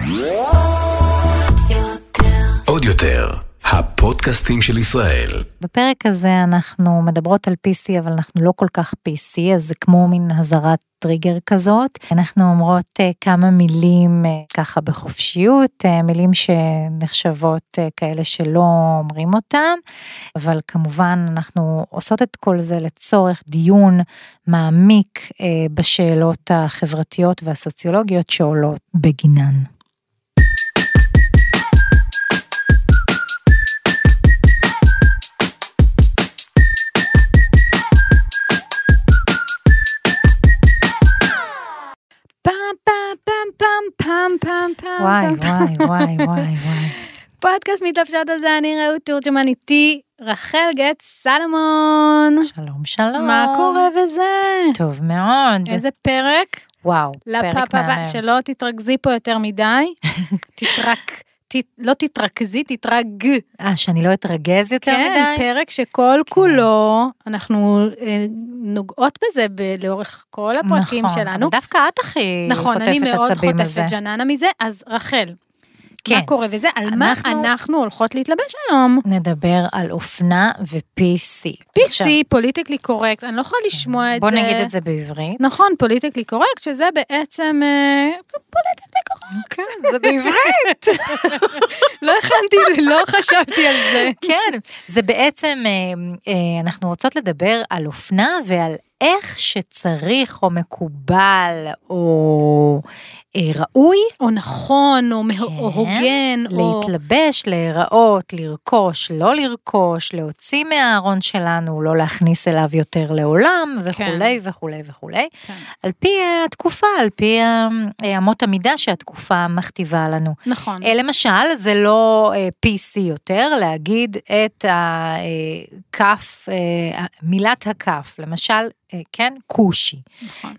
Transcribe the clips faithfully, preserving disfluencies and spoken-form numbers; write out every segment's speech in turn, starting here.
עוד יותר, הפודקאסטים של ישראל. בפרק הזה אנחנו מדברות על פי סי, אבל אנחנו לא כל כך פי סי, אז זה כמו מין הזרת טריגר כזאת. אנחנו אומרות כמה מילים ככה בחופשיות, מילים שנחשבות כאלה שלא אומרים אותם, אבל כמובן אנחנו עושות את כל זה לצורך דיון מעמיק בשאלות החברתיות והסוציולוגיות שעולות בגינן. פעם, פעם, פעם. וואי, וואי, וואי, וואי, וואי. פודקאסט מתלבשות על זה, אני רעות תורג'מן, איתי רחל גץ סלומון. שלום, שלום. מה קורה וזה? טוב מאוד. איזה פרק? וואו, פרק מהמם. שלא תתרכזי פה יותר מדי. תתרק, לא תתרכזי, תתרג. אה, שאני לא אתרגז יותר מדי? כן, פרק שכל כולו, אנחנו נוגעות בזה לאורך כל הפרקים שלנו. נכון, אבל דווקא את הכי חוטפת עצבים מזה. נכון, אני מאוד חוטפת ג'ננה מזה, אז רחל, מה קורה וזה? על מה אנחנו הולכות להתלבש היום? נדבר על אופנה ו-פי סי. פי סי, פוליטיקלי קורקט, אני לא יכולה לשמוע את זה. בוא נגיד את זה בעברית. נכון, פוליטיקלי קורקט, שזה בעצם פוליטיקלי קורקט. זה בעברית. לא הכנתי, לא חשבתי על זה. כן, זה בעצם, אנחנו רוצות לדבר על אופנה ועל איך שצריך או מקובל או ראוי. או נכון, או, כן, או הוגן. להתלבש, או... להיראות, לרכוש, לא לרכוש, להוציא מהארון שלנו, לא להכניס אליו יותר לעולם, וכולי כן. וכולי וכולי. כן. על פי התקופה, על פי אמות המידה שהתקופה מכתיבה לנו. נכון. למשל, זה לא פי סי יותר, להגיד את הכף, מילת הכף, למשל, כן, קושי. נכון.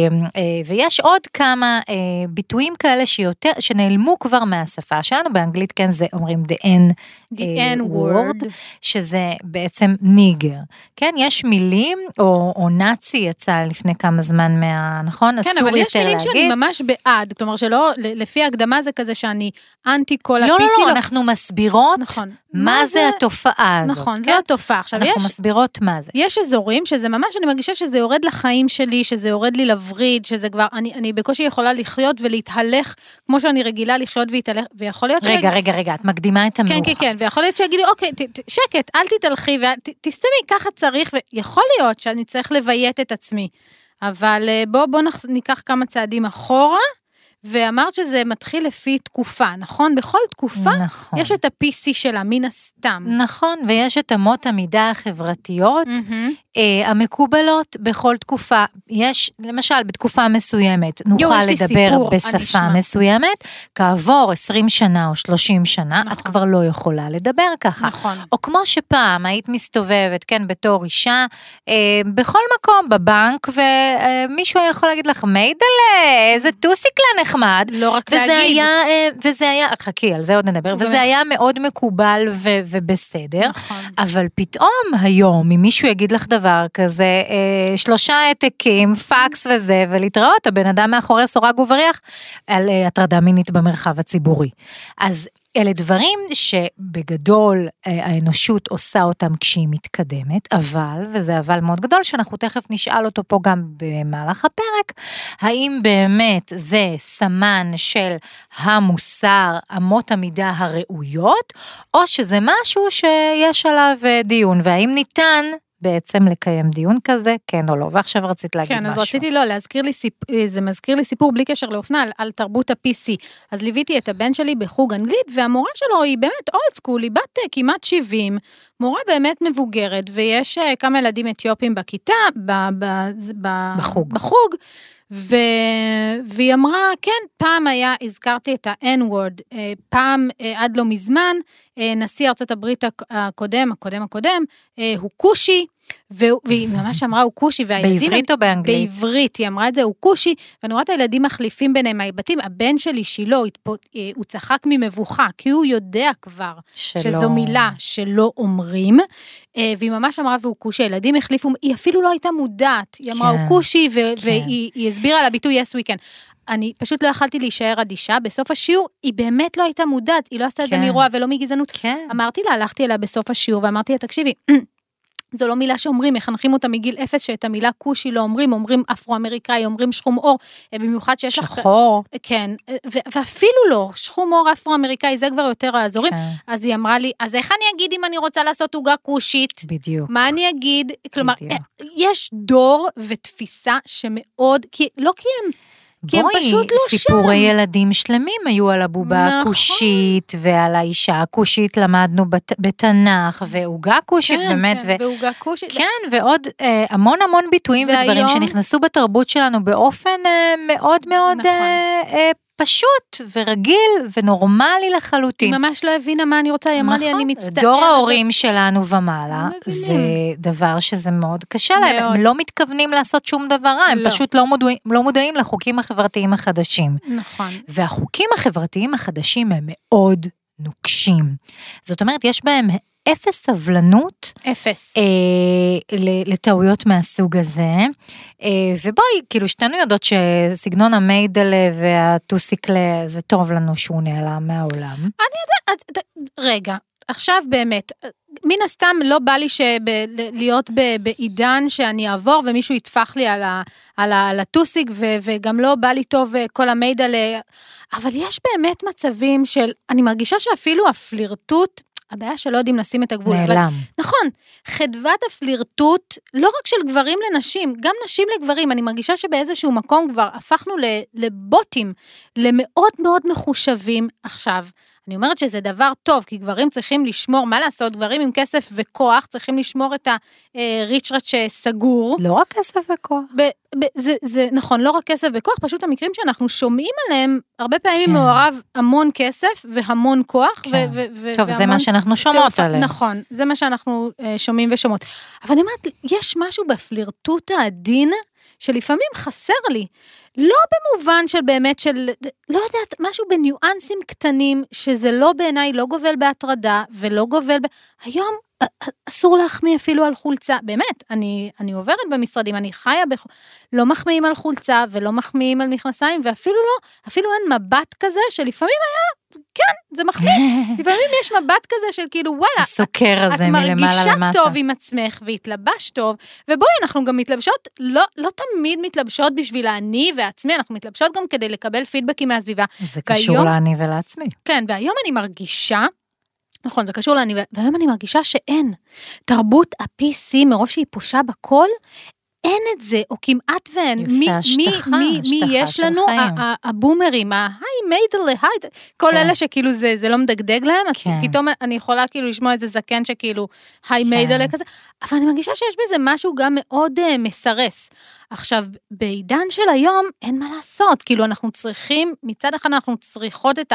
ויש עוד כמה ביטויים כאלה שיותר, שנעלמו כבר מהשפה שלנו, באנגלית כן זה אומרים the N, the N word, שזה בעצם ניגר. כן, יש מילים, או, או נאצי יצא לפני כמה זמן מה, נכון? כן, אבל יש מילים שאני ממש בעד, כלומר שלא, לפי ההקדמה זה כזה שאני אנטי כל לא, ה-פי סי. לא, לא, אנחנו מסבירות נכון. מה זה התופעה הזאת. נכון, זו התופעה. עכשיו אנחנו מסבירות מה זה. יש אזורים שזה ממש, אני מרגישה שזה יורד לחיים שלי, שזה יורד לי לבריד, שזה כבר, אני, אני בקושי יכולה לחיות ולהתהלך, כמו שאני רגילה לחיות והתהלך, ויכול להיות רגע, ש... רגע, רגע, את מקדימה את המאוחר. כן, כן, כן, ויכול להיות שיגידו, אוקיי, ת, ת, שקט, אל תתהלכי, ותסתמי, ככה צריך, ויכול להיות שאני צריך לביית את עצמי, אבל בוא, בוא ניקח כמה צעדים אחורה, ואמרת שזה מתחיל לפי תקופה, נכון? בכל תקופה נכון. יש את ה-פי סי שלה, מן הסתם. נכון, ויש את אמות המידה החברתיות, mm-hmm. אה, המקובלות בכל תקופה. יש, למשל, בתקופה מסוימת, נוכל יו, לדבר סיפור, בשפה מסוימת, כעבור עשרים שנה או שלושים שנה, נכון. את כבר לא יכולה לדבר ככה. נכון. או כמו שפעם, היית מסתובבת, כן, בתור אישה, אה, בכל מקום, בבנק, ומישהו אה, יכול להגיד לך, מיידלה, איזה טוסיקלה נחמד. לא רק וזה להגיד. היה, אה, וזה היה, חכי, על זה עוד נדבר, וזה היה מאוד מקובל ו- ובסדר, נכון. אבל פתאום היום, אם מישהו יגיד לך דבר כזה, אה, שלושה העתקים, פקס וזה, ולהתראות, הבן אדם מאחורי סורג ובריח, על אה, הטרדה מינית במרחב הציבורי. אז אלה דברים שבגדול אה, האנושות עושה אותם כשהיא מתקדמת, אבל, וזה אבל מאוד גדול, שאנחנו תכף נשאל אותו פה גם במהלך הפרק, האם באמת זה סמן של המוסר, אמות המידה הראויות, או שזה משהו שיש עליו דיון, והאם ניתן בעצם לקיים דיון כזה, כן או לא, ועכשיו רצית להגיד כן, משהו. כן, אז רציתי לא, להזכיר לי סיפ... זה מזכיר לי סיפור בלי קשר לאופנה, על, על תרבות ה-פי סי, אז ליוויתי את הבן שלי בחוג אנגלית, והמורה שלו היא באמת אולד סקול, היא בת כמעט שבעים, מורה באמת מבוגרת, ויש כמה ילדים אתיופים בכיתה, ב... ב... ב... בחוג. בחוג, ו... והיא אמרה, כן, פעם היה, הזכרתי את ה-N-word, פעם עד לא מזמן, נשיא ארצות הברית הקודם, הקודם הקודם, הוא קושי, והיא ממש אמרה, הוא קושי, בעברית או באנגלית? בעברית, היא אמרה את זה, הוא קושי, ואני רואה את הילדים מחליפים ביניהם, הבתים, הבן שלי, שילה, הוא צחק ממבוכה, כי הוא יודע כבר, שזו מילה שלא אומרים, והיא ממש אמרה, והוא קושי, הילדים החליפו, היא אפילו לא הייתה מודעת, היא אמרה, הוא קושי, והיא הסבירה על הביטוי, yes we can. אני פשוט לא יכלתי להישאר אדישה, בסוף השיעור היא באמת לא הייתה מודעת, היא לא עשתה את זה מרוע ולא מגזענות. כן. אמרתי לה, הלכתי אליה בסוף השיעור, ואמרתי לה, תקשיבי, זו לא מילה שאומרים, מחנכים אותה מגיל אפס, שאת המילה קושי לא אומרים, אומרים אפרו-אמריקאי, אומרים שחום אור, במיוחד שיש לך... שחור. כן, ואפילו לא, שחום אור אפרו-אמריקאי, זה כבר יותר האזורים, כן. אז היא אמרה לי, אז איך אני אגיד אם אני רוצה לעשות עוגה קושית? בדיוק. מה אני אגיד? כלומר, בדיוק. יש דור ותפיסה שמאוד, כי, לא כי הם... כי הם פשוט לא שם. סיפורי ילדים שלמים היו על הבובה נכון. הכושית, ועל האישה הכושית למדנו בת, בתנ"ך, ועוגה כושית כן, באמת. כן, ו... ועוגה כושית. כן, ועוד אה, המון המון ביטויים והיום... ודברים שנכנסו בתרבות שלנו באופן אה, מאוד מאוד נכון. אה, אה, פשוט ורגיל ונורמלי לחלוטין. היא ממש לא הבינה מה אני רוצה, היא אמרה נכון. לי, אני מצטערת. דור ההורים שלנו ומעלה, לא זה דבר שזה מאוד קשה להם, מאוד. הם לא מתכוונים לעשות שום דבר רע, הם לא. פשוט לא מודעים, לא מודעים לחוקים החברתיים החדשים. נכון. והחוקים החברתיים החדשים הם מאוד נוקשים. זאת אומרת, יש בהם אפס סבלנות, אפס. אה, לטעויות מהסוג הזה, אה, ובואי, כאילו, שתינו יודעות שסגנון המיידלה והטוסיקלה, זה טוב לנו שהוא נעלם מהעולם. אני יודעת, רגע, עכשיו באמת, מן הסתם לא בא לי שב, להיות ב, בעידן שאני אעבור ומישהו יתפח לי על, ה, על, ה, על הטוסיק, ו, וגם לא בא לי טוב כל המיידלה, אבל יש באמת מצבים של, אני מרגישה שאפילו הפלירטוט, הבעיה שלא יודעים לשים את הגבול. נעלם. אבל, נכון, חדוות הפלירטוט, לא רק של גברים לנשים, גם נשים לגברים, אני מרגישה שבאיזשהו מקום כבר הפכנו לבוטים, למאוד מאוד מחושבים עכשיו. אני אומרת שזה דבר טוב, כי גברים צריכים לשמור, מה לעשות, גברים עם כסף וכוח, צריכים לשמור את הריצ'רץ' סגור. לא רק כסף וכוח. ב, ב, זה, זה נכון, לא רק כסף וכוח, פשוט המקרים שאנחנו שומעים עליהם, הרבה פעמים כן. מעורב המון כסף והמון כוח. כן. ו, ו, טוב, והמון, זה מה שאנחנו שומעות תאופ... עליהם. נכון, זה מה שאנחנו uh, שומעים ושומעות. אבל אני אומרת, יש משהו בפלירטוט העדין, שלפעמים חסר לי, לא במובן של באמת של, לא יודעת, משהו בניואנסים קטנים, שזה לא בעיניי, לא גובל בהטרדה, ולא גובל ב... היום אסור להחמיא אפילו על חולצה, באמת, אני, אני עוברת במשרדים, אני חיה, בח... לא מחמיאים על חולצה, ולא מחמיאים על מכנסיים, ואפילו לא, אפילו אין מבט כזה, שלפעמים היה, כן, זה מחמיא, לפעמים יש מבט כזה של כאילו, וואלה, הסוקר הזה את מלמעלה למטה. מרגישה טוב עם עצמך, והתלבש טוב, ובואי, אנחנו גם מתלבשות, לא, לא תמיד מתלבשות בשביל אני ועצמי, אנחנו מתלבשות גם כדי לקבל פידבקים מהסביבה. זה קשור והיום, לעני ולעצמי. כן, והיום אני מרגישה, נכון, זה קשור לעני, והיום אני מרגישה שאין. תרבות ה-פי סי, מרוב שהיא פושה בכל, אין את זה, או כמעט ואין. מי, השטחה, מי, מי יש לנו? הבומרים, היי מיידלה, היי, כל אלה שכאילו זה, זה לא מדגדג להם, אז כן. פתאום אני יכולה כאילו לשמוע איזה זקן שכאילו, היי כן. מיידלה כזה, אבל אני מרגישה שיש בזה משהו גם מאוד uh, מסרס. עכשיו, בעידן של היום, אין מה לעשות, כאילו אנחנו צריכים, מצד אחד אנחנו צריכות את ה...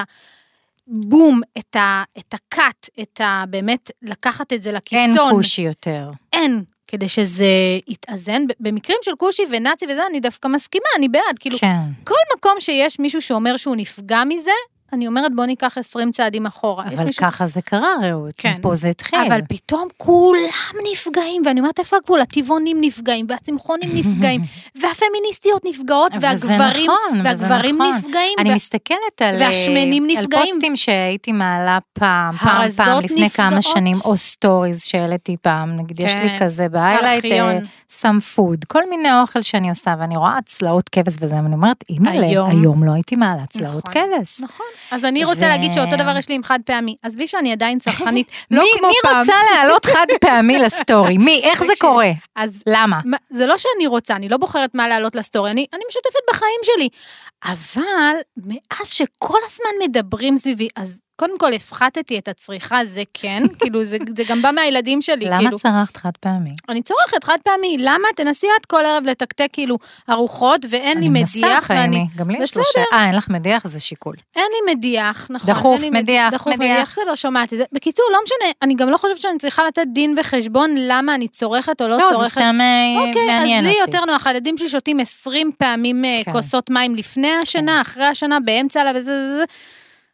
בום, את ה, את הקאט, את ה, באמת לקחת את זה לקיצון. אין קושי יותר. אין, כדי שזה יתאזן. במקרים של קושי ונאצי וזה, אני דווקא מסכימה, אני בעד. כאילו, כן. כל מקום שיש מישהו שאומר שהוא נפגע מזה, אני אומרת, בוא ניקח עשרים צעדים אחורה. אבל ככה ש... זה קרה, רעות. כן. פה זה התחיל. אבל פתאום כולם נפגעים, ואני אומרת, איפה הגבול? הטבעונים נפגעים, והצמחונים נפגעים, והפמיניסטיות נפגעות, והגברים, נכון, והגברים נכון. נפגעים. אני ו... מסתכלת על, והשמנים על נפגעים. פוסטים שהייתי מעלה פעם, פעם, פעם, לפני נפגעות. כמה שנים, או סטוריז שהעליתי פעם, נגיד, כן. יש לי כזה בהיילייט, סם פוד, כל מיני אוכל שאני עושה, ואני רואה צלעות כבש וזה, ואני אומרת, אימא'לה, היום... היום לא הייתי מעלה צלעות נכון, כבש. נכון. אז אני רוצה ו... להגיד שאותו דבר יש לי עם חד פעמי, עזבי שאני עדיין צרכנית, לא מי, כמו מי פעם. מי רוצה להעלות חד פעמי לסטורי? מי? איך זה קורה? אז למה? זה לא שאני רוצה, אני לא בוחרת מה להעלות לסטורי, אני, אני משתפת בחיים שלי. אבל מאז שכל הזמן מדברים סביבי, אז קודם כל הפחתתי את הצריכה, זה כן, כאילו זה, זה גם בא מהילדים שלי. למה כאילו, צרכת חד פעמי? אני צורכת חד פעמי, למה? תנסי עד כל ערב לתקתק כאילו ארוחות, ואין לי מדיח. אני מנסה חיימי, גם לי יש שלושה, אה, אין לך מדיח, זה שיקול. אין לי מדיח, נכון. דחוף, לי מדיח, דחוף, מדיח. מדיח, בסדר, שומעתי זה. בקיצור, לא משנה, אני גם לא חושבת שאני צריכה לתת דין וחשבון, למה אני צורכת או לא צורכת. לא, זה סתם מעניין אותי. אוקיי, אז לי יותר נוח, הילדים שלי שותים עשרים פעמים כוסות מים לפני השנה, אחרי השנה, באמצע לה וזה, זה, זה.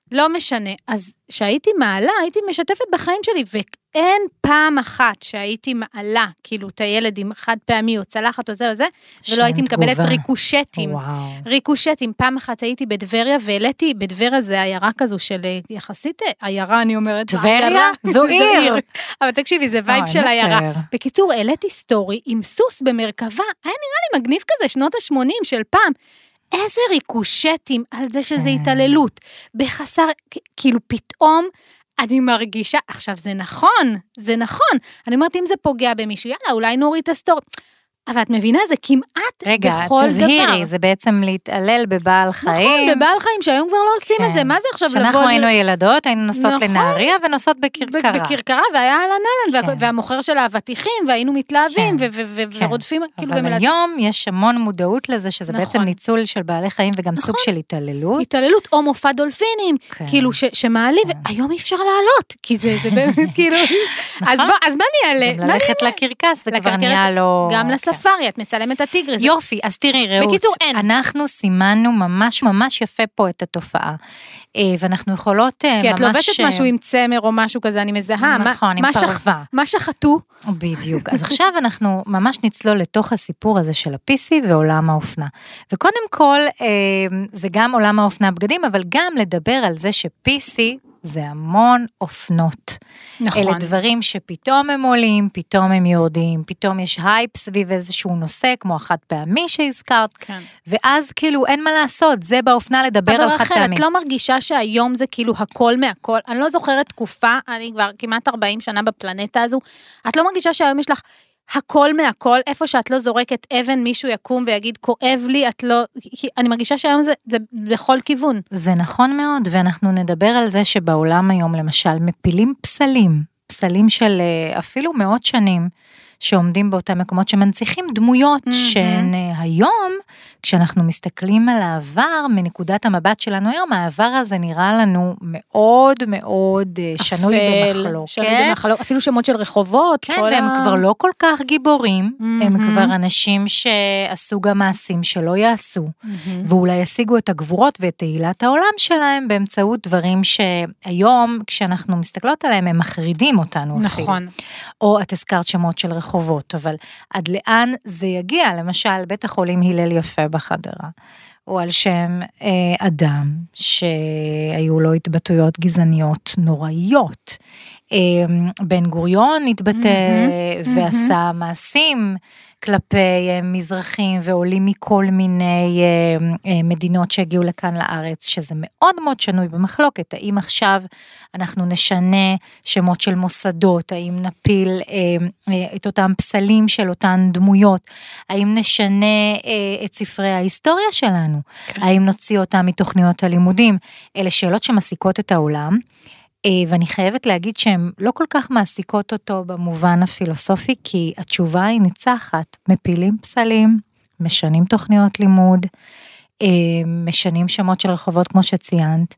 לא משנה. אז שהייתי מעלה, הייתי משתפת בחיים שלי, ואין פעם אחת שהייתי מעלה, כאילו, את הילד עם חד פעמי, או צלחת, או זה או זה, ולא הייתי מקבלת ריקושטים. וואו. ריקושטים. פעם אחת הייתי בדבריה, והעליתי, בדבריה זה עיירה כזו של יחסית, עיירה, אני אומרת, טבריה? זו עיר. אבל תקשיבי, זה וייב של עיירה. בקיצור, העליתי סטורי עם סוס במרכבה, היה נראה לי מגניב כזה, שנות ה-שמונים של פעם. איזה ריקושטים על זה שזה התעללות. בחסר, כאילו פתאום אני מרגישה, עכשיו זה נכון, זה נכון. אני אומרת, אם זה פוגע במישהו, יאללה, אולי נוריד את הסטורי. אבל את מבינה, זה כמעט רגע, בכל דבר. רגע, תבהירי, זה בעצם להתעלל בבעל חיים. נכון, בבעל חיים, שהיום כבר לא עושים כן. את זה. מה זה עכשיו לבוא... שאנחנו היינו ילדות, היינו נוסעות נכון. לנהריה ונוסעות בקרקרה. בקרקרה, והיה על הנלן, כן. והמוכר של האבטיחים, והיינו מתלהבים, כן. כן. ורודפים, כאילו... אבל היום יש המון מודעות לזה, שזה נכון. בעצם ניצול של בעלי חיים, וגם נכון. סוג של התעללות. התעללות, או מופע דולפינים, כן. כאילו ש- שמעלים, כן. והיום אי אפשר לעלות, כי זה, זה באמת, כאילו... אז בוא, אז מה נעלה? גם ללכת לקרקס, זה כבר נהיה לו... גם לספארי, את מצלמת הטיגריס. יופי, אז תראי, רעות. בקיצור, אין. אנחנו סימנו ממש ממש יפה פה את התופעה. ואנחנו יכולות ממש... כי את לובשת משהו עם צמר או משהו כזה, אני מזהה. נכון, עם פרווה. מה שחטו? בדיוק. אז עכשיו אנחנו ממש נצלול לתוך הסיפור הזה של ה-פי סי ועולם האופנה. וקודם כל, זה גם עולם האופנה הבגדים, אבל גם לדבר על זה ש-פי סי זה המון אופנות. נכון. אלה דברים שפתאום הם עולים, פתאום הם יורדים, פתאום יש הייפ סביב איזשהו נושא, כמו החד פעמי שהזכרת, כן. ואז כאילו אין מה לעשות, זה באופנה לדבר על חד פעמי. אבל אחרת, לא מרגישה שהיום זה כאילו הכל מהכל, אני לא זוכרת תקופה, אני כבר כמעט ארבעים שנה בפלנטה הזו, את לא מרגישה שהיום יש לך הכל מהכל, איפה שאת לא זורקת אבן, מישהו יקום ויגיד, כואב לי, את לא, אני מרגישה שהיום זה, זה בכל כיוון. זה נכון מאוד, ואנחנו נדבר על זה שבעולם היום, למשל, מפילים פסלים, פסלים של אפילו מאות שנים, שעומדים באותם מקומות שמנציחים דמויות mm-hmm. שהן היום, כשאנחנו מסתכלים על העבר, מנקודת המבט שלנו היום, העבר הזה נראה לנו מאוד מאוד שנוי במחלוקת. שנוי במחלוקת, אפילו שמות של רחובות. כן, והם ה... כבר לא כל כך גיבורים, mm-hmm. הם כבר אנשים שעשו גם מעשים שלא יעשו, mm-hmm. ואולי ישיגו את הגבורות ואת תהילת העולם שלהם, באמצעות דברים שהיום, כשאנחנו מסתכלות עליהם, הם מחרידים אותנו. נכון. אפילו. או את הזכרת שמות של רחובות, אבל עד לאן זה יגיע? למשל, בית החולים הלל יפה בחדרה, או על שם אה, אדם שהיו לו התבטאויות גזעניות נוראיות. אה, בן גוריון התבטא mm-hmm, ועשה mm-hmm. מעשים כלפי אה, מזרחים ועולים מכל מיני אה, אה, מדינות שהגיעו לכאן לארץ, שזה מאוד מאוד שנוי במחלוקת. האם עכשיו אנחנו נשנה שמות של מוסדות, האם נפיל אה, אה, את אותם פסלים של אותן דמויות, האם נשנה אה, את ספרי ההיסטוריה שלנו, okay. האם נוציא אותם מתוכניות הלימודים, אלה שאלות שמעסיקות את העולם, ואני חייבת להגיד שהן לא כל כך מעסיקות אותו במובן הפילוסופי, כי התשובה היא ניצחת, מפילים פסלים, משנים תוכניות לימוד, משנים שמות של רחובות כמו שציינת,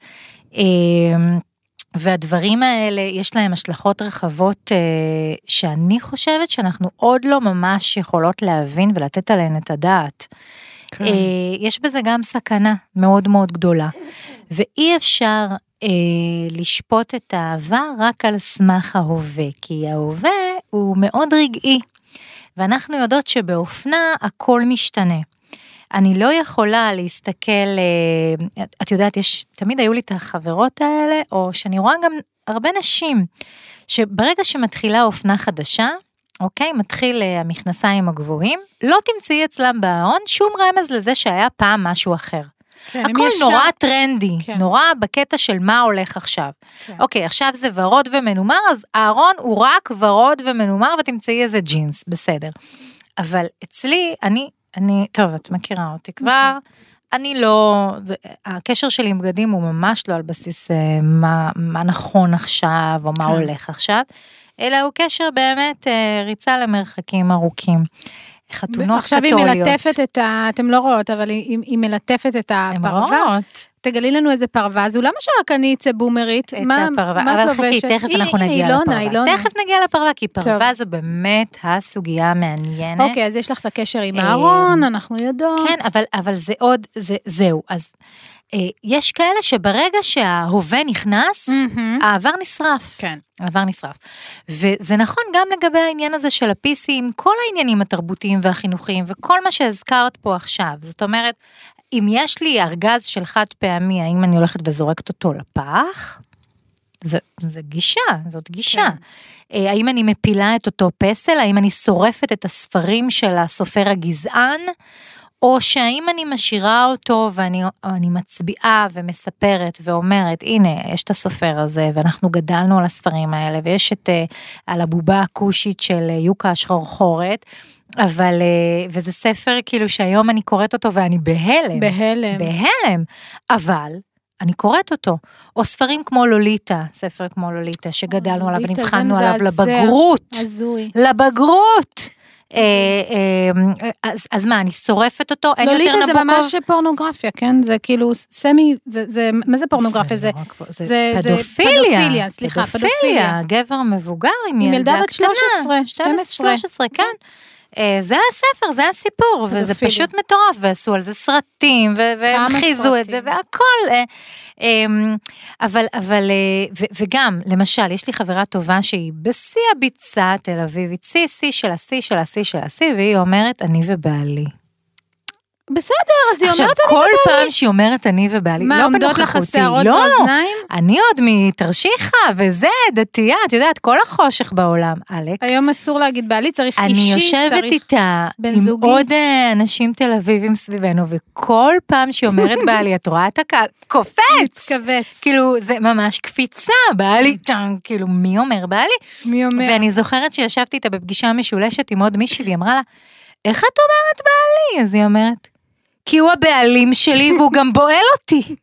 והדברים האלה יש להם השלכות רחבות שאני חושבת שאנחנו עוד לא ממש יכולות להבין ולתת עליהן את הדעת. כן. יש בזה גם סכנה מאוד מאוד גדולה, ואי אפשר לשפוט את העבר רק על סמך ההווה, כי ההווה הוא מאוד רגעי, ואנחנו יודעות שבאופנה הכל משתנה. אני לא יכולה להסתכל, את יודעת, יש, תמיד היו לי את החברות האלה, או שאני רואה גם הרבה נשים, שברגע שמתחילה אופנה חדשה, אוקיי, מתחיל המכנסיים הגבוהים, לא תמצאי אצלם בארון שום רמז לזה שהיה פעם משהו אחר. כן, הכל נורא ישר... טרנדי, כן. נורא בקטע של מה הולך עכשיו. כן. אוקיי, עכשיו זה ורוד ומנומר, אז הארון הוא רק ורוד ומנומר, ותמצאי איזה ג'ינס, בסדר. אבל אצלי, אני, אני, טוב, את מכירה אותי כבר, אני לא, זה, הקשר שלי עם בגדים הוא ממש לא על בסיס אה, מה, מה נכון עכשיו, או מה כן. הולך עכשיו, אלא הוא קשר באמת אה, ריצה למרחקים ארוכים. חתונות עכשיו קתוליות. עכשיו היא מלטפת את ה... אתם לא רואות, אבל היא, היא מלטפת את הפרווה. הם רואות. תגלי לנו איזה פרווה, אז למה שרק אני אצא בומרית? את מה, הפרווה, מה אבל חכי, תכף היא, אנחנו נגיע היא לפרווה. לא נע, תכף נגיע לפרווה, כי פרווה זו באמת הסוגיה המעניינת. אוקיי, אז יש לך את הקשר עם הארון, אנחנו יודעות. כן, אבל, אבל זה עוד, זה, זהו, אז יש כאלה שברגע שההווה נכנס, העבר נשרף. כן. העבר נשרף. וזה נכון גם לגבי העניין הזה של ה-פי סי, עם כל העניינים התרבותיים והחינוכיים, וכל מה שהזכרת פה עכשיו. זאת אומרת, אם יש לי ארגז של חד פעמי, האם אני הולכת וזורקת אותו לפח? זה, זה גישה, זאת גישה. כן. האם אני מפילה את אותו פסל? האם אני שורפת את הספרים של הסופר הגזען? או שהאם אני משאירה אותו ואני אני מצביעה ומספרת ואומרת, הנה, יש את הסופר הזה, ואנחנו גדלנו על הספרים האלה, ויש את, על הבובה הקושית של יוקה השחרחורת, אבל, וזה ספר כאילו שהיום אני קוראת אותו ואני בהלם. בהלם. בהלם. אבל אני קוראת אותו. או ספרים כמו לוליטה, ספר כמו לוליטה, שגדלנו עליו ונבחנו עליו לבגרות. הזוי. לבגרות. אז, אז מה, אני שורפת אותו? לוליטה זה ממש פורנוגרפיה, כן? זה כאילו סמי, זה, זה, מה זה פורנוגרפיה? זה, זה, זה פדופיליה. פדופיליה, סליחה, פדופיליה. גבר מבוגר עם ילדה ילדה בת שלוש עשרה, שתים עשרה, שלוש עשרה, כן. זה הספר, זה הסיפור, וזה פשוט מטורף, ועשו על זה סרטים, והם חיזו את זה, והכל. אבל, אבל, וגם, למשל, יש לי חברה טובה שהיא בשיא הביצה תל אביבית, שיא, שיא של השיא, של השיא, של השיא, והיא אומרת, אני ובעלי. בסדר, אז היא אומרת אני ובעלי. עכשיו, כל פעם שהיא אומרת אני ובעלי, מה, לא עומדות לך בנוכחותי, שערות לא, באוזניים? אני עוד מתרשיחה, וזה דתייה, את יודעת, כל החושך בעולם, אלק. היום אסור להגיד בעלי, צריך אישי, אני יושבת איתה, עם עוד אנשים תל אביבים סביבנו, וכל פעם שהיא אומרת בעלי, את רואה את הקהל, קופץ! מתכווץ. כאילו, זה ממש קפיצה, בעלי, כאילו, מי אומר בעלי? מי אומר? ואני זוכרת שישבתי איתה בפגישה משולשת עם עוד מישהי, והיא אמרה לה, איך את אומרת בעלי? אז היא אומרת, כי הוא הבעלים שלי, והוא גם בועל אותי.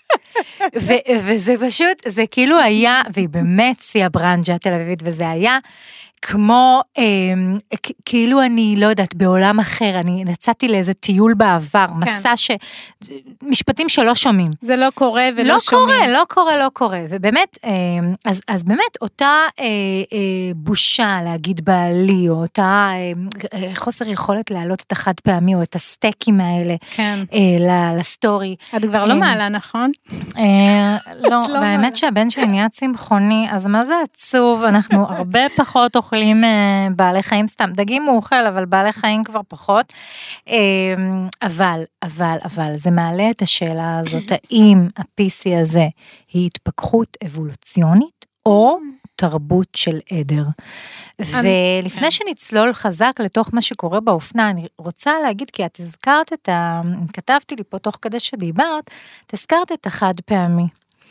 ו- וזה פשוט, זה כאילו היה, והיא באמת שיא הברנג'ה התל אביבית, וזה היה כמו, אה, כאילו אני, לא יודעת, בעולם אחר, אני נצאתי לאיזה טיול בעבר, כן. מסע ש... משפטים שלא שומעים. זה לא קורה ולא לא שומעים. לא קורה, לא קורה, לא קורה. ובאמת, אה, אז, אז באמת, אותה אה, אה, בושה להגיד בעלי, או אותה אה, חוסר יכולת להעלות את החד פעמי, או את הסטייקים האלה, כן. אה, לסטורי. את כבר לא מעלה, נכון? אה, לא, באמת שהבן שלי נהיה צמחוני, אז מה זה עצוב? אנחנו הרבה פחות אוכלים בעלי חיים, סתם דגים הוא אוכל, אבל בעלי חיים כבר פחות. אבל, אבל, אבל, זה מעלה את השאלה הזאת, האם ה-פי סי הזה היא התפתחות אבולוציונית, או תרבות של עדר. ולפני שנצלול חזק לתוך מה שקורה באופנה, אני רוצה להגיד, כי את הזכרת את ה... כתבתי לי פה תוך כדי שדיברת, את הזכרת את החד פעמי.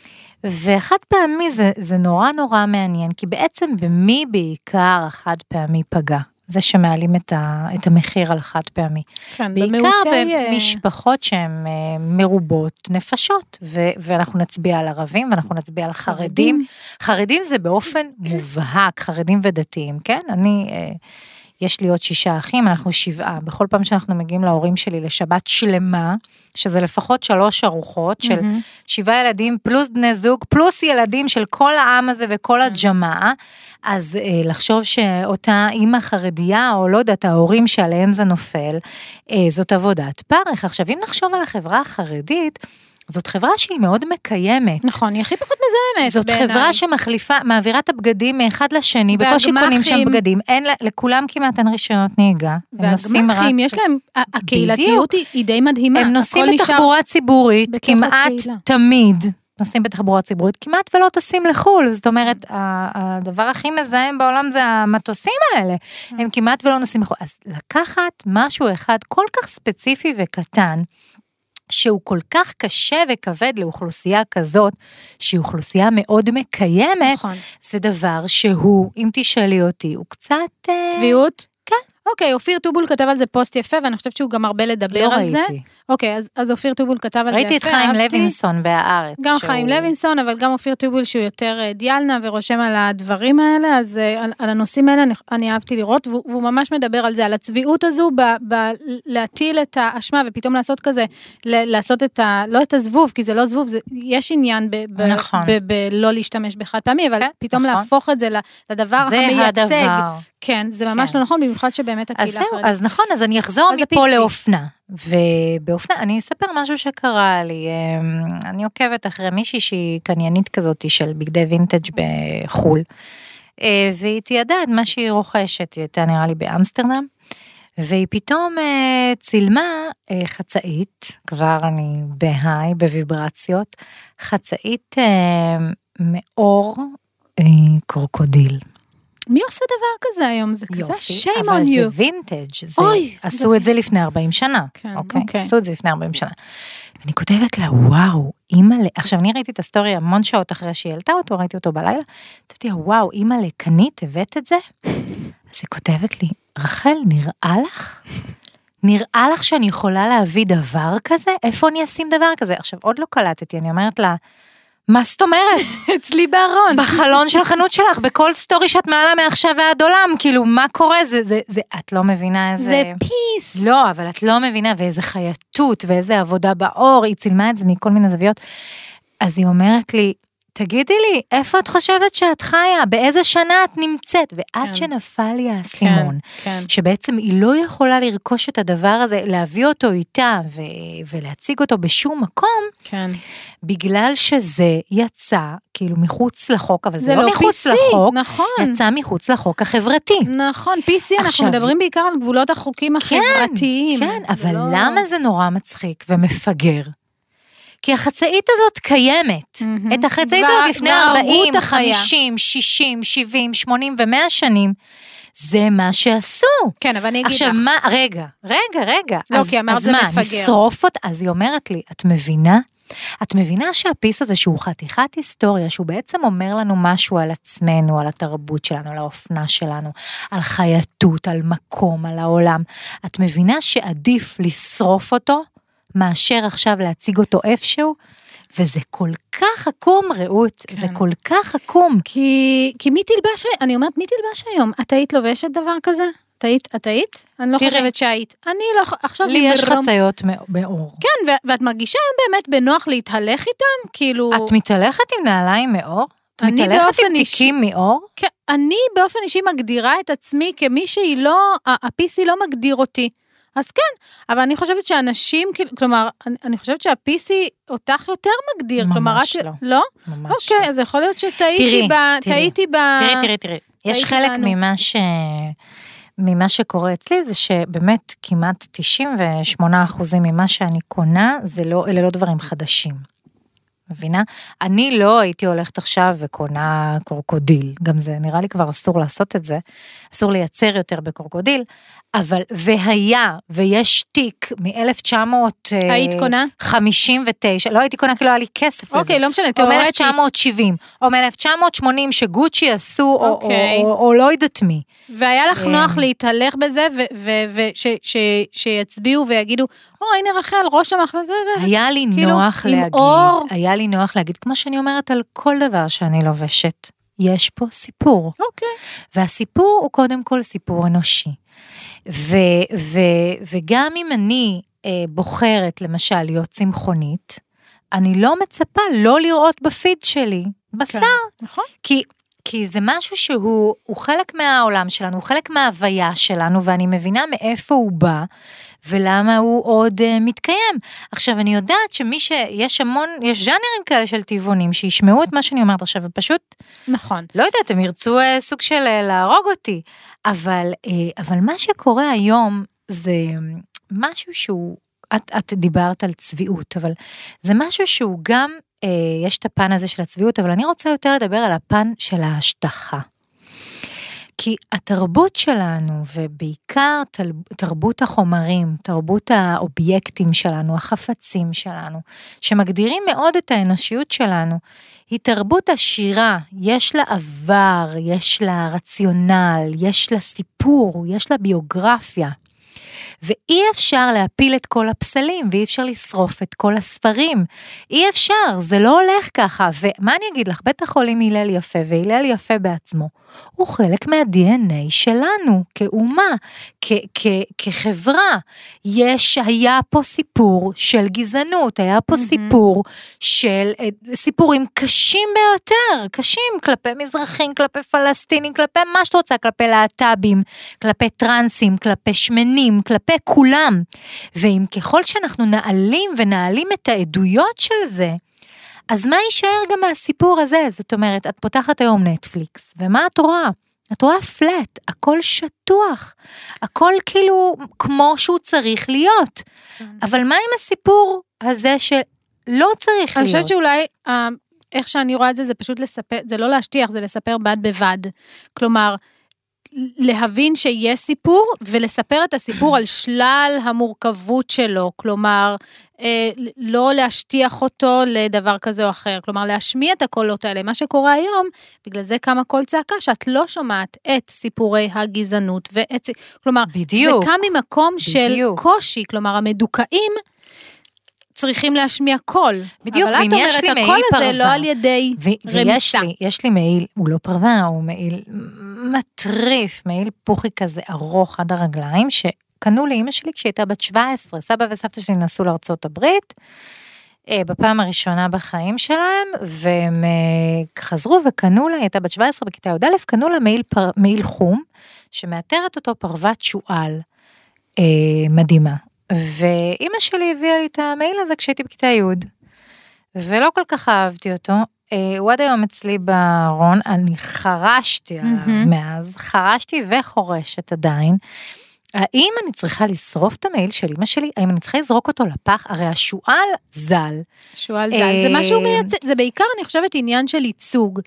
וחד פעמי זה, זה נורא נורא מעניין, כי בעצם במי בעיקר החד פעמי פגע? זה שמעלים את, ה, את המחיר על החד פעמי. כן, בעיקר במעוטי... במשפחות שהן מרובות נפשות, ו, ואנחנו נצביע על ערבים, ואנחנו נצביע על חרדים. חרדים זה באופן מובהק, חרדים ודתיים, כן? אני... יש לי עוד שישה אחים, אנחנו שבעה, בכל פעם שאנחנו מגיעים להורים שלי לשבת שלמה, שזה לפחות שלוש ארוחות, של שבעה ילדים, פלוס בני זוג, פלוס ילדים של כל העם הזה וכל הג'מעה, אז אה, לחשוב שאותה אימא חרדיה, או לא יודעת, ההורים שעליהם זה נופל, אה, זאת עבודת פרך. עכשיו, אם נחשוב על החברה החרדית, זאת חברה שהיא מאוד מקיימת. נכון, היא הכי פחות מזהמת. זאת בעיני. חברה שמחליפה, מעבירה את הבגדים מאחד לשני, בקושי קונים שם בגדים, אין, לכולם כמעט אין רישיונות נהיגה. והגמחים, יש להם, הקהילתיות היא, היא די מדהימה. הם נוסעים בתחבורה ציבורית, כמעט הקהילה. תמיד, נוסעים בתחבורה ציבורית, כמעט ולא טסים לחול, זאת אומרת, הדבר הכי מזהם בעולם זה המטוסים האלה, הם כמעט ולא נוסעים לחול. אז לקחת משהו אחד כל כך ספציפי וקטן, שהוא כל כך קשה וכבד לאוכלוסייה כזאת, שהיא אוכלוסייה מאוד מקיימת, נכון. זה דבר שהוא, אם תשאלי אותי, הוא קצת... צביעות? כן. אוקיי, אופיר טובול כתב על זה פוסט יפה, ואני חושבת שהוא גם הרבה לדבר לא על ראיתי. זה. אוקיי, אז, אז אופיר טובול כתב על זה יפה. ראיתי את חיים אהבתי. לוינסון בהארץ. גם שהוא... חיים לוינסון, אבל גם אופיר טובול שהוא יותר דיאלנה ורושם על הדברים האלה, אז על, על הנושאים האלה אני, אני אהבתי לראות, והוא, והוא ממש מדבר על זה, על הצביעות הזו, ב, ב, להטיל את האשמה, ופתאום לעשות כזה, ל, לעשות את ה... לא את הזבוב, כי זה לא זבוב, זה, יש עניין ב, ב, נכון. ב, ב, לא להשתמש בחד פעמי, אבל כן, פתאום נכון. להפוך את זה לדבר זה המייצג. הדבר. כן, זה ממש כן. לא נכון, במיוחד שבאמת באמת אז הקהילה זהו, החרדית. אז נכון, אז אני אחזור אז מפה ה-פי סי. לאופנה, ובאופנה, אני אספר משהו שקרה לי, אני עוקבת אחרי מישהי שהיא קניינית כזאת של בגדי וינטג' בחול, והיא תיעדה את מה שהיא רוכשת, היא הייתה נראה לי באמסטרדם, והיא פתאום צילמה חצאית, כבר אני בהיי, בוויברציות, חצאית מאור קורקודיל. מי עושה דבר כזה היום? זה כזה shame on אבל you. זה וינטג', זה, אוי, עשו זה... את זה לפני ארבעים שנה, כן, אוקיי? אוקיי. עשו את זה לפני ארבעים שנה. ואני כותבת לה, וואו, אימא'לה, עכשיו אני ראיתי את הסטורי המון שעות אחרי שהיא העלתה אותו, ראיתי אותו בלילה, כתבתי לה, וואו, אימא'לה, קנית, הבאת את זה? אז היא כותבת לי, רחל, נראה לך? נראה לך שאני יכולה להביא דבר כזה? איפה אני אשים דבר כזה? עכשיו, עוד לא קלטתי, אני אומרת לה, מה זאת אומרת? אצלי בארון. בחלון של החנות שלך, בכל סטורי שאת מעלה מעכשיו ועד עולם, כאילו, מה קורה? זה, זה, זה, את לא מבינה איזה... זה פיס. לא, אבל את לא מבינה, ואיזה חייטות, ואיזה עבודה באור, היא צילמה את זה מכל מיני זוויות. אז היא אומרת לי, תגידי לי, איפה את חושבת שאת חיה? באיזה שנה את נמצאת? ועד כן. שנפל לי האסימון, כן, כן. שבעצם היא לא יכולה לרכוש את הדבר הזה, להביא אותו איתה, ו- ולהציג אותו בשום מקום, כן. בגלל שזה יצא, כאילו מחוץ לחוק, אבל זה, זה לא לא מחוץ פי סי, לחוק, נכון. יצא מחוץ לחוק החברתי. נכון, פי סי, אנחנו עכשיו- מדברים בעיקר על גבולות החוקים החברתיים. כן, זה אבל לא- למה זה נורא מצחיק ומפגר? כי החצאית הזאת קיימת. מהמם. את החצאית וה- הזאת לפני והרגות ארבעים, החיה. חמישים, שישים, שבעים, שמונים ומאה שנים, זה מה שעשו. כן, אבל אני אגיד עכשיו לך. מה, רגע, רגע, רגע. לא, אז, כי אמרת אז זה מה, מפגר. נשרוף אותה? אז היא אומרת לי, את מבינה? את מבינה שהפיס הזה שהוא חתיכת היסטוריה, שהוא בעצם אומר לנו משהו על עצמנו, על התרבות שלנו, על האופנה שלנו, על חייטות, על מקום, על העולם. את מבינה שעדיף לשרוף אותו, מאשר עכשיו להציג אותו איפשהו, וזה כל כך עקום, רעות, כן. זה כל כך עקום. כי, כי מי תלבש, אני אומרת, מי תלבש היום? את היית לובשת דבר כזה? את היית? את היית? אני לא תראי. חושבת שהיית. אני לא, עכשיו... לי יש מרום- חציות מאור. כן, ו- ואת מרגישה היום באמת בנוח להתהלך איתם? כאילו... את מתהלכת עם נעליים מאור? את אני מתהלכת באופן עם אישי- תיקים מאור? כן, אני באופן אישי מגדירה את עצמי כמי שהיא לא, ה-פי סי לא מגדיר אותי. אז כן, אבל אני חושבת שאנשים, כאילו, כלומר, אני, אני חושבת שה-פי סי אותך יותר מגדיר. כלומר, ממש את, לא. לא? ממש אוקיי, לא. אז יכול להיות שטעיתי תראי, ב... תראי. טעיתי ב... תראי, תראי, תראי. יש הייתי חלק בנו. ממה ש... ממה שקורה אצלי, זה שבאמת כמעט תשעים ושמונה אחוזים ממה שאני קונה, זה לא, אלה לא דברים חדשים. מבינה? אני לא הייתי הולכת עכשיו וקונה קורקודיל, גם זה נראה לי כבר אסור לעשות את זה, אסור לייצר יותר בקורקודיל, אבל והיה, ויש תיק מ-אלף תשע מאות חמישים ותשע, לא הייתי קונה כי לא היה לי כסף לזה. אוקיי, לא משנה, או תיאורטית. מ-אלף תשע מאות שבעים, או מ-אלף תשע מאות שמונים שגוצ'י עשו, או, אוקיי. או, או, או לא יודעת מי. והיה לך נוח להתהלך בזה, ושיצביעו ויגידו, או, הנה רחל, ראש המחלטה. היה לי כאילו, נוח עם להגיד, אור. היה לי נוח להגיד, כמו שאני אומרת על כל דבר שאני לובשת, יש פה סיפור. אוקיי. והסיפור הוא קודם כל סיפור אנושי. ו, ו, וגם אם אני אה, בוחרת למשל להיות צמחונית, אני לא מצפה לא לראות בפיד שלי בשר. כן, נכון. כי, כי זה משהו שהוא הוא חלק מהעולם שלנו, הוא חלק מההוויה שלנו, ואני מבינה מאיפה הוא בא, ולמה הוא עוד uh, מתקיים. עכשיו, אני יודעת שמי שיש המון, יש ז'אנרים כאלה של טבעונים, שישמעו את מה שאני אומרת עכשיו, ופשוט, נכון. לא יודעת, הם ירצו uh, סוג של uh, להרוג אותי, אבל, uh, אבל מה שקורה היום, זה משהו שהוא, את, את דיברת על צביעות, אבל זה משהו שהוא גם, uh, יש את הפן הזה של הצביעות, אבל אני רוצה יותר לדבר על הפן של ההשטחה. כי התרבות שלנו, ובעיקר תרבות החומרים, תרבות האובייקטים שלנו, החפצים שלנו, שמגדירים מאוד את האנושיות שלנו, היא תרבות עשירה, יש לה עבר, יש לה רציונל, יש לה סיפור, יש לה ביוגרפיה. ואי אפשר להפיל את כל הפסלים, ואי אפשר לשרוף את כל הספרים, אי אפשר, זה לא הולך ככה, ומה אני אגיד לך, בית החולים הלל יפה, והלל יפה בעצמו, הוא חלק מה-די אן איי שלנו, כאומה, כ- כ- כחברה, יש, היה פה סיפור של גזענות, היה פה mm-hmm. סיפור של, סיפורים קשים ביותר, קשים, כלפי מזרחים, כלפי פלסטינים, כלפי מה שאת רוצה, כלפי להט"בים, כלפי טרנסים, כלפי שמנים, כלפי כולם, ואם ככל שאנחנו נעלים ונעלים את העדויות של זה, אז מה יישאר גם מהסיפור הזה? זאת אומרת, את פותחת היום נטפליקס, ומה את רואה? את רואה פלט, הכל שטוח, הכל כאילו כמו שהוא צריך להיות, אבל מה עם הסיפור הזה שלא צריך להיות? אני חושבת שאולי, איך שאני רואה את זה, זה פשוט לספר, זה לא להשטיח, זה לספר בד בבד, כלומר, להבין שיש סיפור, ולספר את הסיפור על שלל המורכבות שלו, כלומר, אה, לא להשטיח אותו לדבר כזה או אחר, כלומר, להשמיע את הקולות האלה, מה שקורה היום, בגלל זה קמה קול צעקה, שאת לא שומעת את סיפורי הגזענות, ואת, כלומר, בדיוק, זה קם ממקום של בדיוק. קושי, כלומר, המדוכאים, צריכים להשמיע קול. בדיוק, אבל את אומרת, הקול הזה לא על ידי רמיסה. ויש לי, יש לי מעיל, הוא לא פרווה, הוא מעיל מטריף, מעיל פוחי כזה ארוך עד הרגליים, שקנו לאמא שלי כשהייתה בת שבע עשרה, סבא וסבתא שלי נסעו לארצות הברית, בפעם הראשונה בחיים שלהם, והם חזרו וקנו לה, היא הייתה בת שבע עשרה בכיתה י"א, קנו לה מעיל, פר, מעיל חום, שמאתרת אותו פרוות שואל, אה, מדהימה. ואימא שלי הביאה לי את המעיל הזה כשהייתי בכיתה י' ולא כל כך אהבתי אותו, הוא עד היום אצלי בארון, אני חרשתי עליו מאז, חרשתי וחורשת עדיין, האם אני צריכה לשרוף את המעיל של אמא שלי, האם אני צריכה לזרוק אותו לפח, הרי השואל זל. שואל זל, זה משהו מייצג, זה בעיקר אני חושבת עניין של ייצוג,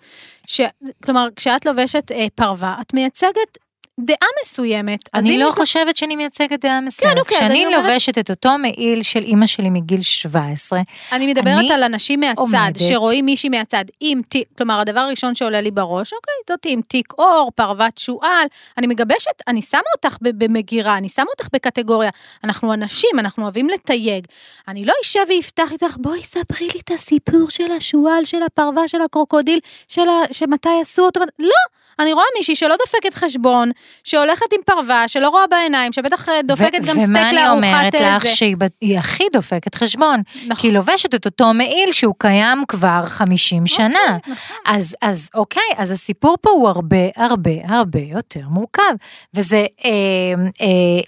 כלומר כשאת לובשת פרווה, את מייצגת, דעה מסוימת. אני לא חושבת שאני מייצגת דעה מסוימת. כשאני לובשת את אותו מעיל של אמא שלי מגיל שבע עשרה. אני מדברת על אנשים מהצד, שרואים מישהי מהצד, עם תיק, כלומר הדבר הראשון שעולה לי בראש, אוקיי, זאת עם תיק אור, פרוות שואל, אני מגבשת, אני שמה אותך במגירה, אני שמה אותך בקטגוריה, אנחנו אנשים, אנחנו אוהבים לתייג, אני לא אשב ויפתח איתך, בואי ספרי לי את הסיפור של השואל, של הפרווה, של הקרוקודיל, שמתי עשו אותו, לא, אני רואה מישהי שלא דופקת חשבון, שהולכת עם פרווה, שלא רואה בעיניים, שבטח דופקת גם סטייק לארוחת איזה. ומה אני אומרת לך שהיא הכי דופקת חשבון, כי היא לובשת את אותו מעיל שהוא קיים כבר חמישים שנה. אז, אז אוקיי, אז הסיפור פה הוא הרבה, הרבה, הרבה יותר מורכב. וזה... אה, אה,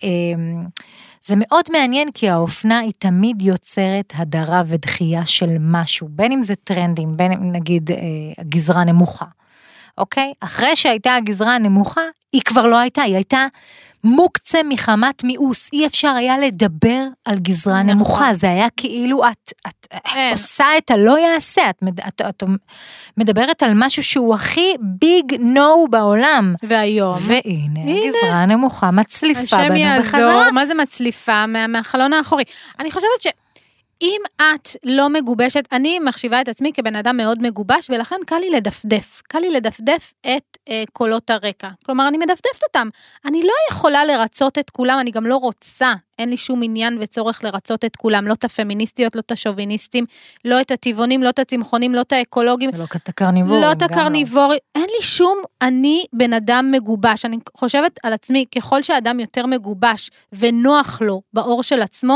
אה, זה מאוד מעניין, כי האופנה היא תמיד יוצרת הדרה ודחייה של משהו, בין אם זה טרנדים, בין אם נגיד אה, גזרה נמוכה. אוקיי? אחרי שהייתה הגזרה הנמוכה, היא כבר לא הייתה, היא הייתה מוקצה מחמת מיאוס, אי אפשר היה לדבר על גזרה נמוכה, זה היה כאילו את, את עושה את הלא יעשה, את, את, את מדברת על משהו שהוא הכי ביג נו בעולם. והיום. והנה, גזרה נמוכה, מצליפה בנו בחזרה. השם יעזור, מה זה מצליפה? מה, מהחלון האחורי. אני חושבת ש... אם את לא מגובשת, אני מחשיבה את עצמי כבן אדם מאוד מגובש, ולכן קל לי לדפדף, קל לי לדפדף את אה, קולות הרקע. כלומר, אני מדפדפת אותם. אני לא יכולה לרצות את כולם, אני גם לא רוצה, אין לי שום עניין וצורך לרצות את כולם, לא את הפמיניסטיות, לא את השוביניסטים, לא את הטבעונים, לא את הצמחונים, לא את האקולוגים. ולא את הקרניבורים. לא את הקרניבורים. אין לי שום, אני בן אדם מגובש. אני חושבת על עצמי, ככל שהאדם יותר מגובש ונוח לו באור של עצמו,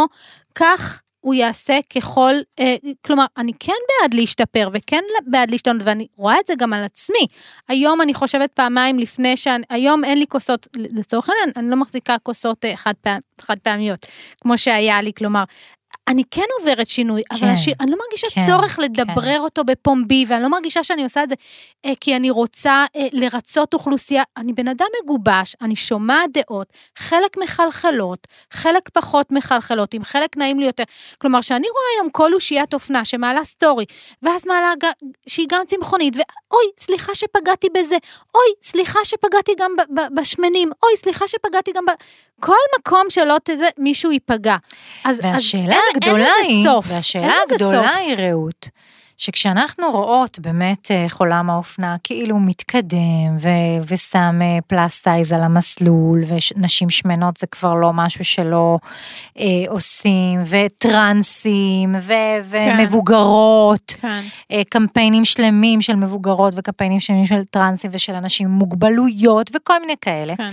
כך הוא יעשה ככל, אה, כלומר, אני כן בעד להשתפר, וכן בעד להשתנות, ואני רואה את זה גם על עצמי. היום אני חושבת פעמיים לפני שאני, היום אין לי כוסות, לצורך העניין, אני לא מחזיקה כוסות אה, חד, פעם, חד פעמיות, כמו שהיה לי, כלומר, אני כן עוברת שינוי, כן, אבל השיר, אני לא מרגישה כן, צורך לדברר כן. אותו בפומבי, ואני לא מרגישה שאני עושה את זה, אה, כי אני רוצה אה, לרצות אוכלוסייה, אני בן אדם מגובש, אני שומעת דעות, חלק מחלחלות, חלק פחות מחלחלות, עם חלק נעים לי יותר, כלומר שאני רואה היום כל אושיית אופנה, שמעלה סטורי, ואז מעלה שהיא גם צמחונית, ואוי, סליחה שפגעתי בזה, אוי, סליחה שפגעתי גם ב- ב- בשמנים, אוי, סליחה שפגעתי גם ב... כל מקום שלא תזה, מישהו ייפגע. אז, והשאלה אז הגדולה אין, היא, אין סוף. והשאלה הגדולה היא רעות, שכשאנחנו רואות באמת חולם האופנה כאילו מתקדם ו- ושם פלאס סייז על המסלול, ונשים שמנות זה כבר לא משהו שלא אה, עושים, וטרנסים ו- ומבוגרות, כן. אה, קמפיינים שלמים של מבוגרות וקמפיינים שלמים של טרנסים ושל אנשים עם מוגבלויות וכל מיני כאלה. כן.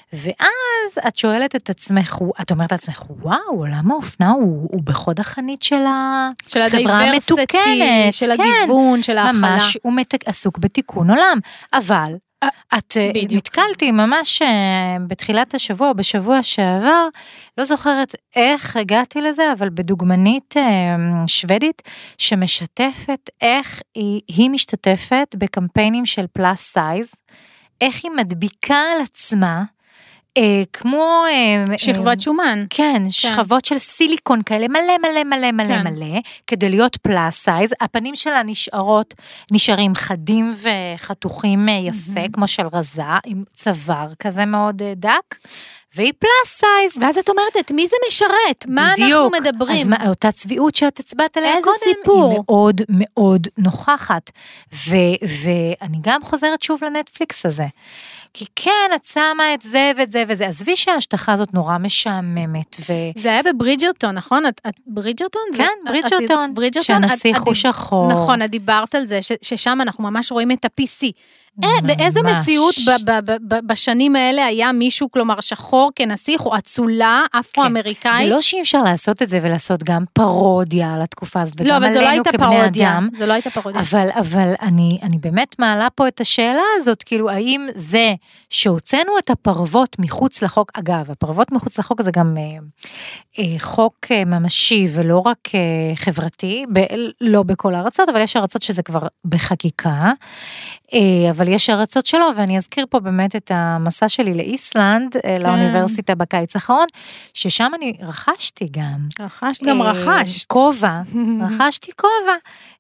ואז את שואלת את עצמך, את אומרת לעצמך, וואו, עולם האופנה הוא, הוא בחוד החנית של החברה המתוקנת, של הגיוון, של ההכלה. ממש, הוא מתק... עסוק בתיקון עולם, אבל את בדיוק. נתקלתי ממש בתחילת השבוע, או בשבוע שעבר, לא זוכרת איך הגעתי לזה, אבל בדוגמנית שוודית, שמשתפת איך היא, היא משתתפת בקמפיינים של פלאס סייז, איך היא מדביקה על עצמה, אה, כמו... אה, שכבת אה, שומן. כן, כן, שכבות של סיליקון כאלה, מלא מלא מלא מלא כן. מלא, כדי להיות פלאס סייז, הפנים שלה נשארות, נשארים חדים וחתוכים יפה, mm-hmm. כמו של רזה, עם צוואר כזה מאוד דק, והיא פלאס סייז. ואז את אומרת, את מי זה משרת? מה בדיוק. אנחנו מדברים? אז מה, אותה צביעות שאת הצבעת עליה איזה קודם, סיפור? היא מאוד מאוד נוכחת. ו, ואני גם חוזרת שוב לנטפליקס הזה. כי כן, את שמה את זה ואת זה וזה, עזבי שההשטחה הזאת נורא משעממת. ו... זה היה בברידג'רטון, נכון? את, את ברידג'רטון? כן, זה, ברידג'רטון, ברידג'רטון, שהנסיך הוא שחור. נכון, את דיברת על זה, ש, ששם אנחנו ממש רואים את ה-פי סי. באיזו מציאות ב- ב- ב- בשנים האלה היה מישהו, כלומר שחור כנסיך, או אצולה אפרו-אמריקאית? זה לא שאי אפשר לעשות את זה, ולעשות גם פרודיה על התקופה הזאת, וגם עלינו כבני אדם. זה לא הייתה פרודיה. אבל, אבל אני, אני באמת מעלה פה את השאלה הזאת, כאילו, האם זה שהוצאנו את הפרוות מחוץ לחוק, אגב, הפרוות מחוץ לחוק זה גם אה, אה, חוק אה, ממשי, ולא רק אה, חברתי, ב, לא בכל הארצות, אבל יש ארצות שזה כבר בחקיקה, אה, אבל יש ארצות שלו, ואני אזכיר פה באמת את המסע שלי לאיסלנד, כן. לאוניברסיטה בקיץ האחרון, ששם אני רכשתי גם. רכשת גם אה, רכשת. כובע, רכשתי כובע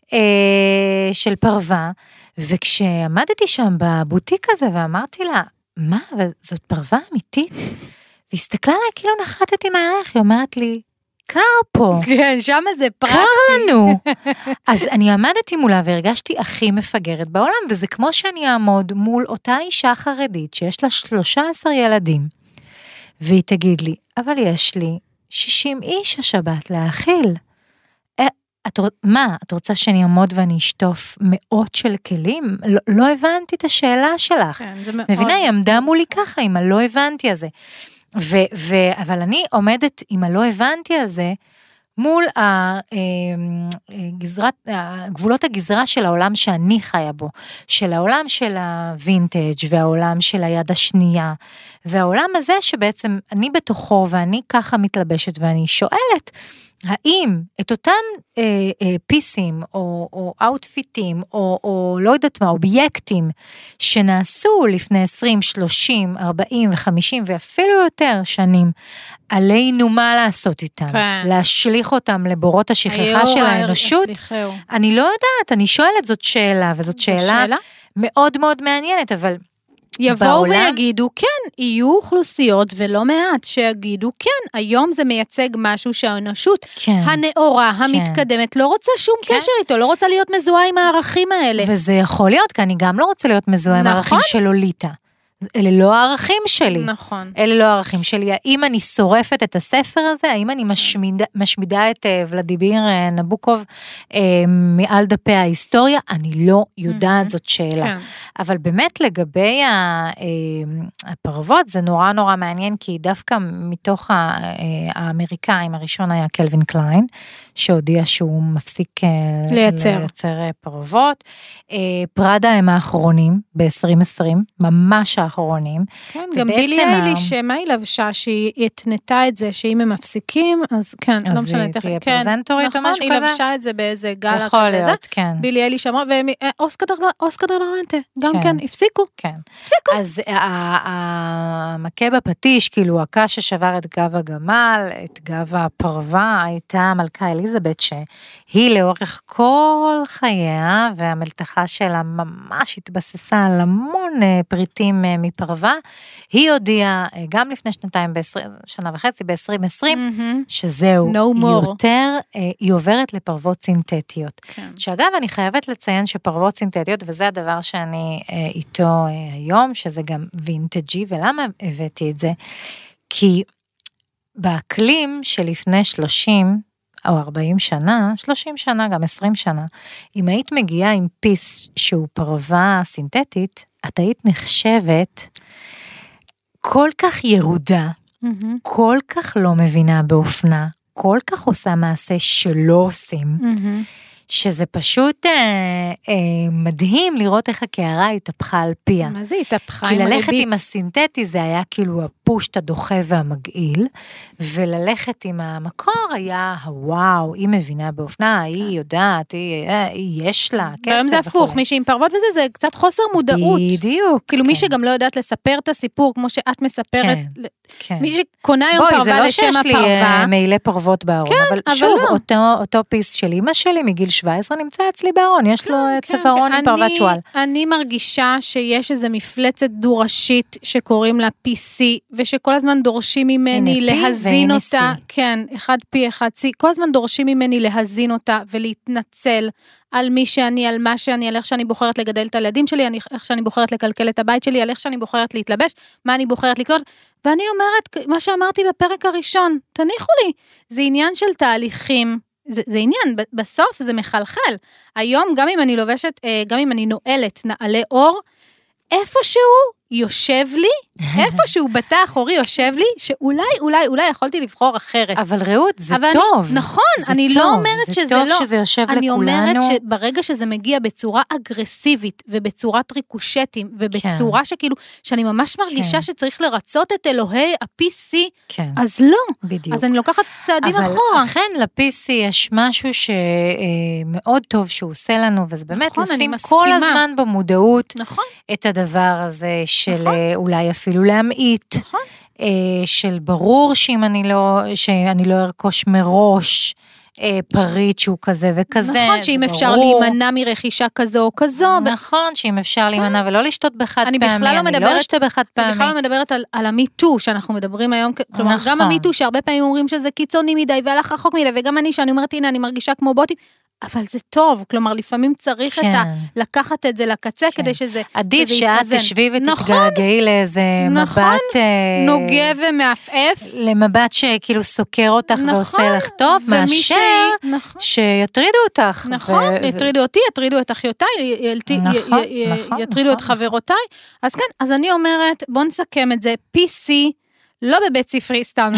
אה, של פרווה, וכשעמדתי שם בבוטיק הזה, ואמרתי לה, מה, זאת פרווה אמיתית? והסתכלה עליי כאילו נחתתי מהערך, היא אומרת לי, קר פה. כן, שם זה פרקטי. קר לנו. אז אני עמדתי מולה והרגשתי הכי מפגרת בעולם, וזה כמו שאני אעמוד מול אותה אישה חרדית, שיש לה שלושה עשר ילדים, והיא תגיד לי, אבל יש לי שישים איש השבת להאכיל. את, מה, את רוצה שאני אעמוד ואני אשטוף מאות של כלים? לא, לא הבנתי את השאלה שלך. כן, מבינה, היא עמדה מולי ככה, אם לא הבנתי על זה. ו, ו, אבל אני עומדת עם הלא הבנתי הזה, מול הגזרת, גבולות הגזרה של העולם שאני חיה בו, של העולם של הווינטג' והעולם של היד השנייה, והעולם הזה שבעצם אני בתוכו ואני ככה מתלבשת ואני שואלת, האם את אותם אה, אה, פיסים או, או אאוטפיטים או, או לא יודעת מה, אובייקטים שנעשו לפני עשרים, שלושים, ארבעים וחמישים ואפילו יותר שנים, עלינו מה לעשות איתם, כן. להשליך אותם לבורות השכחה של האנושות, השליחהו. אני לא יודעת, אני שואלת, זאת שאלה, וזאת שאלה, שאלה מאוד מאוד מעניינת, אבל... יבואו בעולם... ויגידו, כן, יהיו אוכלוסיות ולא מעט שיגידו, כן, היום זה מייצג משהו שהאנושות כן. הנאורה, כן. המתקדמת, לא רוצה שום כן. קשר איתו, לא רוצה להיות מזוהה עם הערכים האלה. וזה יכול להיות, כי אני גם לא רוצה להיות מזוהה נכון? עם הערכים של לוליטה. אלה לא הערכים שלי. נכון. אלה לא הערכים שלי. האם אני שורפת את הספר הזה? האם אני משמידה, משמידה את ולדימיר נבוקוב מעל דפי ההיסטוריה? אני לא יודעת, זאת שאלה. כן. אבל באמת לגבי הפרוות, זה נורא נורא מעניין, כי דווקא מתוך האמריקאים, הראשון היה קלווין קליין, שהודיע שהוא מפסיק לייצר, לייצר פרוות. פרדה הם האחרונים ב-עשרים עשרים, ממש האחרונים. כן, גם בילי אייליש, מה היא לבשה, שהיא התנתה את זה, שאם הם מפסיקים, אז כן, לא משנה. אז היא תהיה פרזנטורית או משהו כזה? נכון, היא לבשה את זה באיזה גלה כזה. יכול להיות, כן. בילי אייליש אמרה, ואוסקר דה לה רנטה, גם כן, הפסיקו. כן. הפסיקו. אז המכה בפטיש, כאילו הקש ששבר את גב הגמל, את גב הפרווה, הייתה מלכה אליזבת, שהיא לאורך כל חייה, והמלתחה שלה ממש התבססה על המון פריטים מפרווה, היא הודיעה גם לפני שנתיים, שנה וחצי, ב-עשרים עשרים, mm-hmm. שזהו, no היא יותר, היא עוברת לפרוות סינתטיות. כן. שאגב, אני חייבת לציין שפרוות סינתטיות, וזה הדבר שאני איתו היום, שזה גם וינטג'י, ולמה הבאתי את זה? כי באקלים שלפני שלושים או ארבעים שנה, שלושים שנה, גם עשרים שנה, אם היית מגיעה עם פיס שהוא פרווה סינתטית, את היית נחשבת כל כך ירודה, mm-hmm. כל כך לא מבינה באופנה, כל כך עושה מעשה שלא עושים, mm-hmm. שזה פשוט אה, אה, מדהים לראות איך הקערה התהפכה על פיה. מה זה התהפכה? כי ללכת עם הסינתטי זה היה כאילו הפושט הדוחה והמגעיל, וללכת עם המקור היה הוואו, היא מבינה באופנה, היא יודעת, היא, היא יש לה כסף. והיום זה הפוך, מי שעם פרוות וזה, זה קצת חוסר מודעות. בדיוק. כאילו מי שגם לא יודעת לספר את הסיפור, כמו שאת מספרת, מי שקונה היום פרווה לשם הפרווה. בואי, זה לא שיש לי מעילי פרוות בארון, אבל שוב, אותו פיס שלי, אמא שלי מגיל שבע עשרה נמצא אצלי בארון, יש לו צווארון עם פרוות שואל. אני מרגישה שיש איזו מפלצת דו-ראשית שקוראים לה פי סי, ושכל הזמן דורשים ממני להזין אותה, כן, אחד פי אחד סי, כל הזמן דורשים ממני להזין אותה ולהתנצל על מי שאני, על מה שאני, על איך שאני בוחרת לגדל את הילדים שלי, על איך שאני בוחרת לקלקל את הבית שלי, על איך שאני בוחרת להתלבש, מה אני בוחרת לקנות, ואני אומרת, מה שאמרתי בפרק הראשון, תניחו לי, זה עניין של תהליכים, זה, זה עניין, בסוף זה מחלחל. היום, גם אם אני לובשת, גם אם אני נועלת נעלי אור, איפשהו יושב לי, איפשהו בתא האחורי יושב לי, שאולי, אולי, אולי יכולתי לבחור אחרת. אבל רעות, זה טוב. אני, נכון, אני טוב, לא אומרת שזה טוב לא. שזה יושב אני לכולנו. אומרת שברגע שזה מגיע בצורה אגרסיבית, ובצורת ריקושטים, ובצורה כן. שכאילו, שאני ממש מרגישה כן. שצריך לרצות את אלוהי ה-פי סי, כן. אז לא. בדיוק. אז אני לוקחת צעדים אבל אחורה. אבל אכן ל-פי סי יש משהו שמאוד טוב שהוא עושה לנו, וזה באמת נכון, לשים כל הזמן במודעות נכון. את הדבר הזה של נכון. אולי אפילו להמעיט, נכון. של ברור שאם אני לא, שאני לא ארכוש מראש פריט שהוא כזה וכזה. נכון, שאם אפשר להימנע מרכישה כזו או כזו. נכון, שאם אפשר להימנע ולא לשתות בחד פעמי, אני לא אשתה בחד פעמי. אני בכלל לא מדברת על המיטו שאנחנו מדברים היום, כלומר גם המיטו שהרבה פעמים אומרים שזה קיצוני מדי והלך רחוק מדי, וגם אני שאני אומרת הנה אני מרגישה כמו בוטים, אבל זה טוב, כלומר לפעמים צריך כן. את ה, לקחת את זה לקצה כן. כדי שזה עדיף שאת תשבי ותתגעגעי נכון, לאיזה נכון, מבט נוגע ומעפעף למבט שכאילו סוקר אותך נכון, ועושה לך טוב מאשר נכון. שיטרידו אותך נכון, ו... יטרידו אותי, יטרידו את אחיותיי ילתי, נכון, י, י, נכון, יטרידו נכון, את חברותיי אז כן, אז אני אומרת בוא נסכם את זה, פי סי לא בבית ספרי סתם,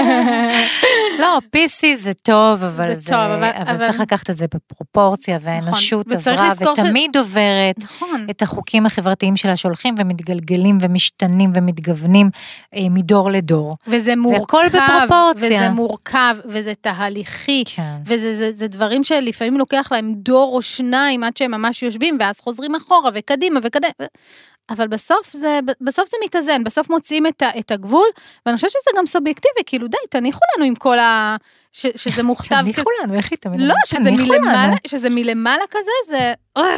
לא, פי סי זה טוב, אבל, זה, זה טוב, אבל, אבל, אבל צריך לקחת את זה בפרופורציה, והאנושות נכון, עברה, ותמיד ש... עוברת נכון. את החוקים החברתיים שלה שהולכים ומתגלגלים ומשתנים ומתגוונים אה, מדור לדור. וזה מורכב, והכל בפרופורציה. וזה מורכב, וזה תהליכי, כן. וזה זה, זה דברים שלפעמים לוקח להם דור או שניים עד שהם ממש יושבים, ואז חוזרים אחורה וקדימה וקדימה. אבל בסוף זה, בסוף זה מתאזן, בסוף מוצאים את, את הגבול, ואני חושבת שזה גם סובייקטיבי, כאילו די, תניחו לנו עם כל ה... ש, שזה מוכתב... תניחו כ... לנו, איך היא תמיד? לא, שזה מלמעלה, שזה מלמעלה כזה, זה...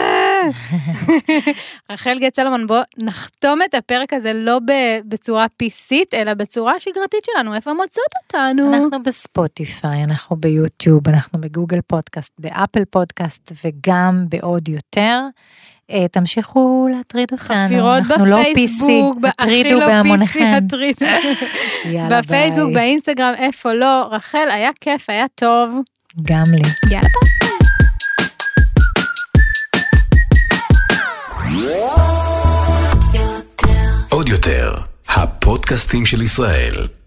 רחל גט סלומון, בוא נחתום את הפרק הזה לא בצורה פיסית, אלא בצורה שגרתית שלנו, איפה מוצאות אותנו? אנחנו בספוטיפיי, אנחנו ביוטיוב, אנחנו בגוגל פודקאסט, באפל פודקאסט, וגם בעוד יותר. תמשיכו להטריד אותנו, אנחנו לא פי סי, הטרידו בהמונכם. בפייסבוק, באינסטגרם, איפה לא, רחל, היה כיף, היה טוב. גם לי. יאללה ביי. עוד יותר, הפודקאסטים של ישראל.